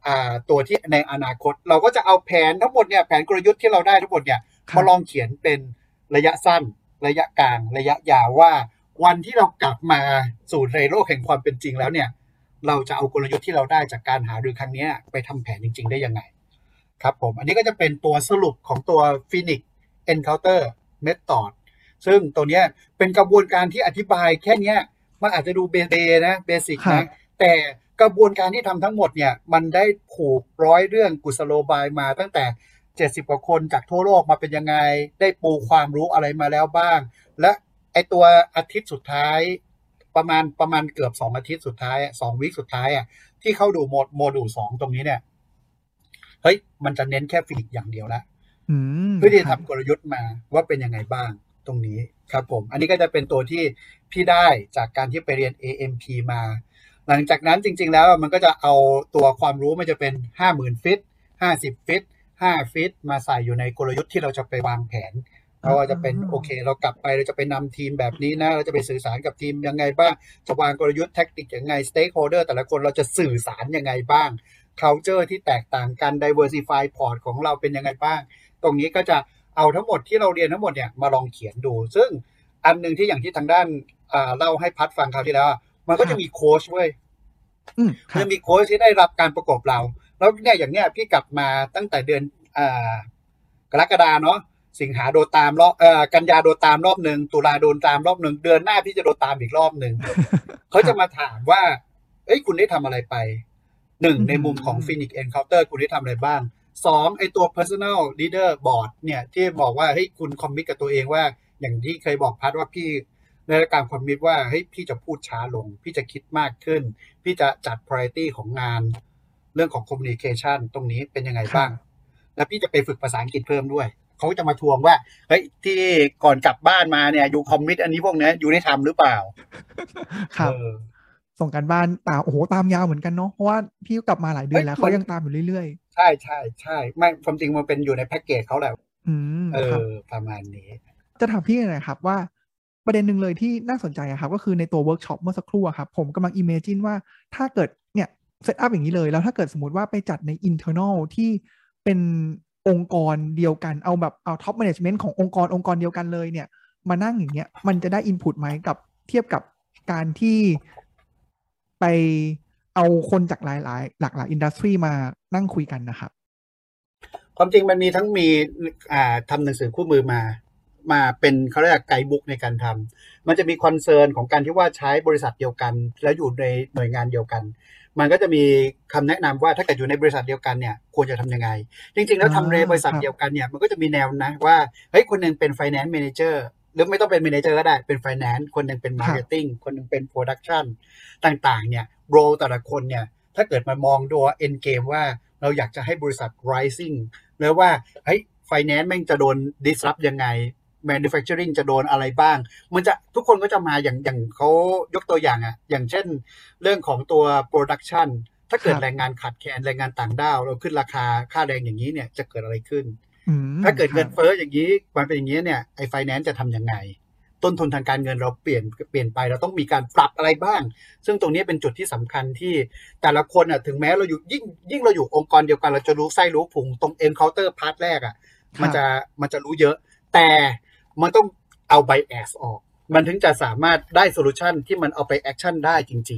ตัวที่ในอนาคตเราก็จะเอาแผนทั้งหมดเนี่ยแผนกลยุทธ์ที่เราได้ทั้งหมดเนี่ยมาลองเขียนเป็นระยะสั้นระยะกลางระยะยาวว่าวันที่เรากลับมาสู่ในโลกแห่งความเป็นจริงแล้วเนี่ยเราจะเอากลยุทธ์ที่เราได้จากการหารือครั้งนี้ไปทำแผนจริงๆได้ยังไงครับผมอันนี้ก็จะเป็นตัวสรุปของตัว Phoenix Encounter Method ซึ่งตัวนี้เป็นกระบวนการที่อธิบายแค่นี้มันอาจจะดูเบสิกนะแต่กระบวนการที่ทำทั้งหมดเนี่ยมันได้ผูกร้อยเรื่องกุศโลบายมาตั้งแต่70กว่าคนจากทั่วโลกมาเป็นยังไงได้ปูความรู้อะไรมาแล้วบ้างและไอตัวอาทิตย์สุดท้ายประมาณเกือบ2อาทิตย์สุดท้าย2วีคสุดท้ายที่เข้าดูโมดูล2ตรงนี้เนี่ยเฮ้ยมันจะเน้นแค่ฟิสิกส์อย่างเดียวละเพื่อที่จะทำกลยุทธ์มาว่าเป็นยังไงบ้างตรงนี้ครับผมอันนี้ก็จะเป็นตัวที่พี่ได้จากการที่ไปเรียน AMP มาหลังจากนั้นจริงๆแล้วมันก็จะเอาตัวความรู้มันจะเป็น 50,000 ฟิต50 ฟิต5 ฟิตมาใส่อยู่ในกลยุทธ์ที่เราจะไปวางแผนเราจะเป็นโอเคเรากลับไปเราจะไปนำทีมแบบนี้นะเราจะไปสื่อสารกับทีมยังไงบ้างจะวางกลยุทธ์แท็กติกยังไง stakeholder แต่ละคนเราจะสื่อสารยังไงบ้าง culture ที่แตกต่างกัน diversify port ของเราเป็นยังไงบ้างตรงนี้ก็จะเอาทั้งหมดที่เราเรียนทั้งหมดเนี่ยมาลองเขียนดูซึ่งอันนึงที่อย่างที่ทางด้านเล่าให้พัดฟังคราวที่แล้วมันก็จะมีโค้ชเว้ยจะมีโค้ชที่ได้รับการประกบเราแล้วเนี่ยอย่างเนี้ยพี่กลับมาตั้งแต่เดือนกรกฎาเนาะสิงหาโดนตามรอบกันยาโดนตามรอบนึงตุลาโดนตามรอบนึงเดือนหน้าพี่จะโดนตามอีกรอบนึง เขาจะมาถามว่าเอ้ยคุณได้ทำอะไรไป1ในมุมของ Phoenix Encounter คุณได้ทำอะไรบ้าง2ไอตัว personal leader board เนี่ยที่บอกว่าเฮ้ยคุณคอมมิตกับตัวเองว่าอย่างที่เคยบอกพัดว่าพี่ในการคอมมิตว่าเฮ้ยพี่จะพูดช้าลงพี่จะคิดมากขึ้นพี่จะจัด priority ของงานเรื่องของ communication ตรงนี้เป็นยังไงบ้างแล้วพี่จะไปฝึกภาษาอังกฤษเพิ่มด้วยเขาจะมาทวงว่าเฮ้ยที่ก่อนกลับบ้านมาเนี่ยอยู่คอมมิตอันนี้พวกนี้อยู่ได้ทำหรือเปล่าครับส่งกันบ้านตามโอ้โหตามยาวเหมือนกันเนาะเพราะว่าพี่กลับมาหลายเดือนแล้วเขายังตามอยู่เรื่อยๆใช่ใช่ใช่ไม่ความจริงมันเป็นอยู่ในแพ็กเกจเขาแหละประมาณนี้จะถามพี่หน่อยครับว่าประเด็นหนึ่งเลยที่น่าสนใจครับก็คือในตัวเวิร์กช็อปเมื่อสักครู่ครับผมกำลังอิมเมจินว่าถ้าเกิดเนี่ยเซตอัพอย่างนี้เลยแล้วถ้าเกิดสมมติว่าไปจัดใน internal ที่เป็นองค์กรเดียวกันเอาแบบเอาท็อปแมネจเมนต์ขององค์กรเดียวกันเลยเนี่ยมานั่งอย่างเงี้ยมันจะได้อินพุตไหมกับเทียบกับการที่ไปเอาคนจากหลากหลายอินดัสทรีมานั่งคุยกันนะครับความจริงมันมีทั้งมีทำหนังสือคู่มือมาเป็นเขาเรียกไกด์บุ๊กในการทำมันจะมีคอนเซิร์นของการที่ว่าใช้บริษัทเดียวกันแล้วอยู่ในหน่วยงานเดียวกันมันก็จะมีคำแนะนำว่าถ้าเกิดอยู่ในบริษัทเดียวกันเนี่ยควรจะทำยังไงจริงๆแล้วทำในบริษัทเดียวกันเนี่ยมันก็จะมีแนวนะว่าเฮ้ยคนนึงเป็น finance manager หรือไม่ต้องเป็น manager ก็ได้เป็น finance คนนึงเป็น marketing คนนึงเป็น production ต่างๆเนี่ยโรแต่ละคนเนี่ยถ้าเกิดมามองดู end game ว่าเราอยากจะให้บริษัท rising แล้วว่าเฮ้ย finance แม่งจะโดน disrupt ยังไง manufacturing จะโดนอะไรบ้างมันจะทุกคนก็จะมาอย่างเขายกตัวอย่างอย่างเช่นเรื่องของตัว production ถ้าเกิดแรงงานขาดแคลนแรงงานต่างด้าวเราขึ้นราคาค่าแรงอย่างนี้เนี่ยจะเกิดอะไรขึ้นถ้าเกิดเงินเฟ้ออย่างนี้มันเป็นอย่างนี้เนี่ยไอ้ finance จะทำยังไงต้นทุนทางการเงินเราเปลี่ยนไปเราต้องมีการปรับอะไรบ้างซึ่งตรงนี้เป็นจุดที่สำคัญที่แต่ละคนถึงแม้เราอยู่ยิ่งเราอยู่องค์กรเดียวกันเราจะรู้ไส้รู้พุงตรง encounter part แรกมันจะรู้เยอะแต่มันต้องเอา bias ออกมันถึงจะสามารถได้โซลูชันที่มันเอาไปแอคชั่นได้จริง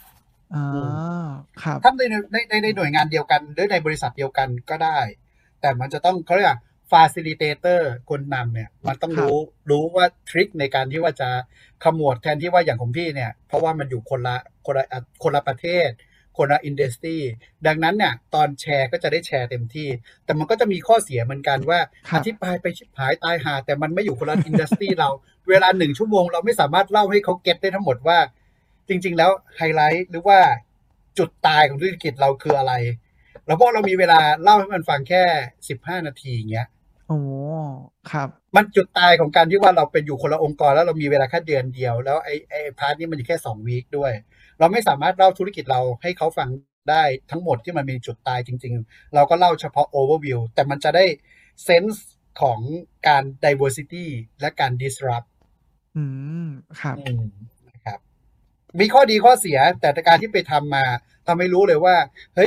ครับถ้าในหน่วยงานเดียวกันหรือในบริษัทเดียวกันก็ได้แต่มันจะต้องเขาเรียกว่า facilitator คนนำเนี่ยมันต้องรู้ว่าทริคในการที่ว่าจะขมวดแทนที่ว่าอย่างของพี่เนี่ยเพราะว่ามันอยู่คนละประเทศคนละอินดัสทรีดังนั้นเนี่ยตอนแชร์ก็จะได้แชร์เต็มที่แต่มันก็จะมีข้อเสียเหมือนกันว่าอธิบายไปชิบหายตายหาแต่มันไม่อยู่คนละอินดัสทรีเราเวลา1 ชั่วโมงเราไม่สามารถเล่าให้เขาเก็ตได้ทั้งหมดว่าจริงๆแล้วไฮไลท์หรือว่าจุดตายของธุรกิจเราคืออะไรแล้วพอเรามีเวลาเล่าให้มันฟังแค่15 นาทีอย่างเงี้ยโอ้ครับมันจุดตายของการที่ว่าเราเป็นอยู่คนละองค์กรแล้วเรามีเวลาแค่เดือนเดียวแล้วไอ้พาร์ทนี้มันอยู่แค่2 วีคด้วยเราไม่สามารถเล่าธุรกิจเราให้เขาฟังได้ทั้งหมดที่มันมีจุดตายจริงๆเราก็เล่าเฉพาะ overview แต่มันจะได้เซนส์ของการ diversity และการ disrupt ครับนะครับมีข้อดีข้อเสียแต่การที่ไปทำมาทำให้รู้เลยว่าเฮ้ย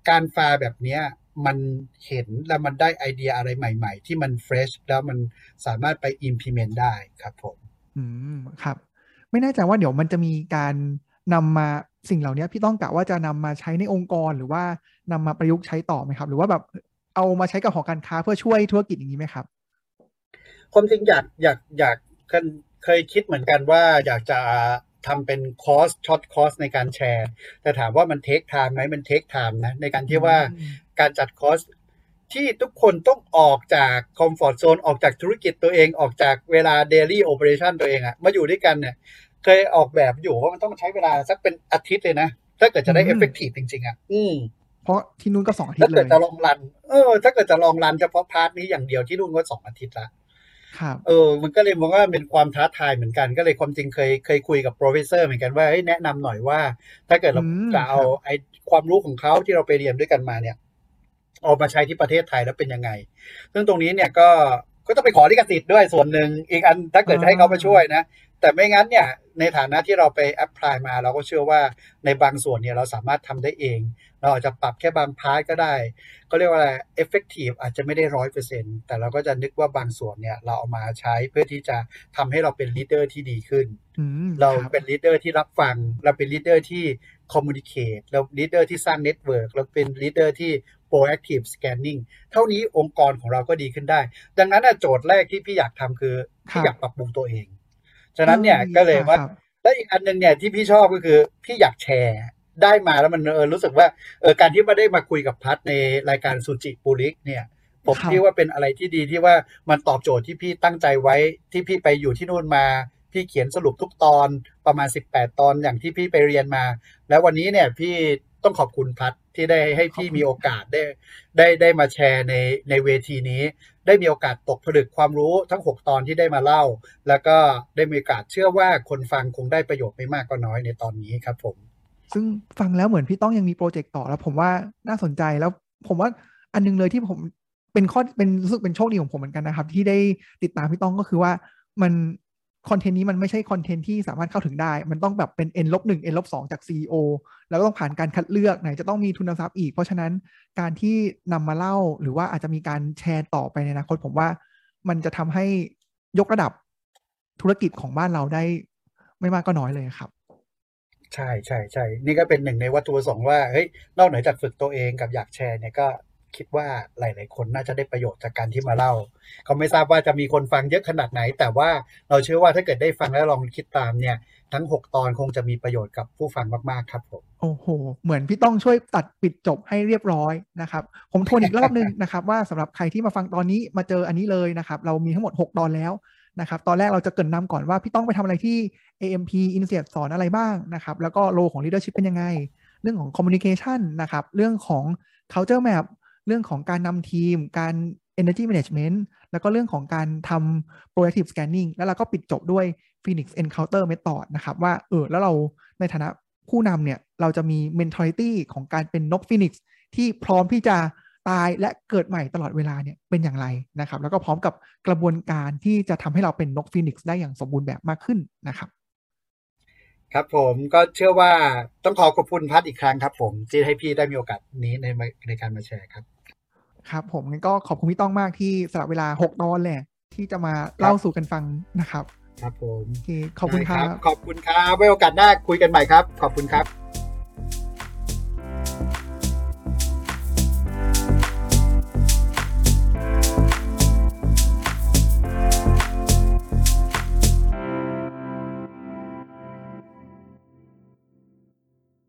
การฟาแบบเนี้ยมันเห็นแล้วมันได้ไอเดียอะไรใหม่ๆที่มันเฟรชแล้วมันสามารถไป implement ได้ครับผมอืมครับไม่แน่ใจว่าเดี๋ยวมันจะมีการนำมาสิ่งเหล่านี้พี่ต้องกะว่าจะนำมาใช้ในองค์กรหรือว่านำมาประยุกต์ใช้ต่อไหมครับหรือว่าแบบเอามาใช้กับหอการค้าเพื่อช่วยธุรกิจอย่างนี้ไหมครับความจริงอยากเคยคิดเหมือนกันว่าอยากจะทำเป็นคอร์สช็อตคอร์สในการแชร์แต่ถามว่ามันเทคไทม์ไหมมันเทคไทม์นะในการอืที่ว่ามการจัดคอร์สที่ทุกคนต้องออกจากคอมฟอร์ z โซนออกจากธุรกิจตัวเองออกจากเวลาเดลี่โอเปอเรชันตัวเองอะมาอยู่ด้วยกันเนี่ยเคยออกแบบอยู่ว่ามันต้องใช้เวลาสักเป็นอาทิตย์เลยนะถ้าเกิดจะได้เอฟเฟกตีฟจริงๆอะเพราะที่นู้นก็2 อาทิตถ้าเกิดย์เลยจะลองรันถ้าเกิดจะลองรันเฉพาะพาร์ทนี้อย่างเดียวที่นู่นก็2 อาทิตย์ละครับมันก็เลยมองว่าเป็นความท้าทายเหมือนกันก็เลยความจริงเคยคุยกับโปรเฟสเซอร์เหมือนกันว่าแนะนำหน่อยว่าถ้าเกิดเราจะเอาครับไอ้ความรู้ของเขาที่เราไปเรียนด้วยกันมาเนี่ยเอามาใช้ที่ประเทศไทยแล้วเป็นยังไงซึ่งตรงนี้เนี่ยก็ต้องไปขอลิขสิทธิ์ด้วยส่วนหนึ่งอีกอันถ้าเกิดจะให้เขามาช่วยนะแต่ไม่งั้นเนี่ยในฐานะที่เราไปแอพพลายมาเราก็เชื่อว่าในบางส่วนเนี่ยเราสามารถทำได้เองเราอาจจะปรับแค่บางพาร์ทก็ได้ก็เรียกว่าอะไร effective อาจจะไม่ได้100%แต่เราก็จะนึกว่าบางส่วนเนี่ยเราเอามาใช้เพื่อที่จะทำให้เราเป็น leader ที่ดีขึ้นเราเป็น leader ที่รับฟังเราเป็น leader ที่ communicate เรา leader ที่สร้าง network เราเป็น leader ที่ proactive scanning เท่านี้องค์กรของเราก็ดีขึ้นได้ดังนั้นโจทย์แรกที่พี่อยากทำคือพี่อยากปรับปรุงตัวเองฉะนั้นเนี่ยก็เลยว่าและอีกอันนึงเนี่ยที่พี่ชอบก็คือพี่อยากแชร์ได้มาแล้วมันรู้สึกว่าการที่มาได้มาคุยกับพัดในรายการซูจิปุริกเนี่ยผมคิดว่าเป็นอะไรที่ดีที่ว่ามันตอบโจทย์ที่พี่ตั้งใจไว้ที่พี่ไปอยู่ที่นู่นมาพี่เขียนสรุปทุกตอนประมาณ18 ตอนอย่างที่พี่ไปเรียนมาแล้ววันนี้เนี่ยพี่ต้องขอบคุณพัดที่ได้ให้พี่มีโอกาสได้มาแชร์ในเวทีนี้ได้มีโอกาสตกผลึกความรู้ทั้ง6 ตอนที่ได้มาเล่าแล้วก็ได้มีโอกาสเชื่อว่าคนฟังคงได้ประโยชน์ไม่มากก็น้อยในตอนนี้ครับผมซึ่งฟังแล้วเหมือนพี่ต้องยังมีโปรเจกต์ต่อแล้วผมว่าน่าสนใจแล้วผมว่าอันนึงเลยที่ผมเป็นรู้สึกเป็นโชคดีของผมเหมือนกันนะครับที่ได้ติดตามพี่ต้องก็คือว่ามันคอนเทนต์นี้มันไม่ใช่คอนเทนต์ที่สามารถเข้าถึงได้มันต้องแบบเป็น N-1 N-2 จาก CEO แล้วก็ต้องผ่านการคัดเลือกไหนจะต้องมีทุนทรัพย์อีกเพราะฉะนั้นการที่นำมาเล่าหรือว่าอาจจะมีการแชร์ต่อไปในอนาคตผมว่ามันจะทำให้ยกระดับธุรกิจของบ้านเราได้ไม่มากก็น้อยเลยครับใช่ใช่ใช่นี่ก็เป็นหนึ่งในวัตถุประสงค์ว่าเฮ้ยนอกเหนือจากฝึกตัวเองกับอยากแชร์เนี่ยก็คิดว่าหลายๆคนน่าจะได้ประโยชน์จากการที่มาเล่าเขาไม่ทราบว่าจะมีคนฟังเยอะขนาดไหนแต่ว่าเราเชื่อว่าถ้าเกิดได้ฟังแล้วลองคิดตามเนี่ยทั้ง6 ตอนคงจะมีประโยชน์กับผู้ฟังมากๆครับผมโอ้โหเหมือนพี่ต้องช่วยตัดปิดจบให้เรียบร้อยนะครับผมทวนอีกรอบนึงนะครับว่าสำหรับใครที่มาฟังตอนนี้มาเจออันนี้เลยนะครับเรามีทั้งหมด6 ตอนแล้วนะครับตอนแรกเราจะเกริ่นนำก่อนว่าพี่ต้องไปทำอะไรที่ AMP Initiate สอนอะไรบ้างนะครับแล้วก็โลของ leadership เป็นยังไงเรื่องของ communication นะครับเรื่องของ culture map เรื่องของการนำทีมการ energy management แล้วก็เรื่องของการทำ proactive scanning แล้วเราก็ปิดจบด้วย Phoenix Encounter Method นะครับว่าแล้วเราในฐานะผู้นำเนี่ยเราจะมี mentality ของการเป็นนกฟีนิกซ์ที่พร้อมที่จะตายและเกิดใหม่ตลอดเวลาเนี่ยเป็นอย่างไรนะครับแล้วก็พร้อมกับกระบวนการที่จะทำให้เราเป็นนกฟีนิกซ์ได้อย่างสมบูรณ์แบบมากขึ้นนะครับครับผมก็เชื่อว่าต้องขอบคุณพัดอีกครั้งครับผมที่ให้พี่ได้มีโอกาสนี้ในการมาแชร์ครับครับผมงั้นก็ขอบคุณพี่ต้องมากที่สละเวลา6 ตอนแหละที่จะมาครัเล่าบสู่กันฟังนะครับครับผมโอเคขอบคุได้ณครับครับขอบคุณครับไว้โอกาสหน้าคุยกันใหม่ครับขอบคุณครับ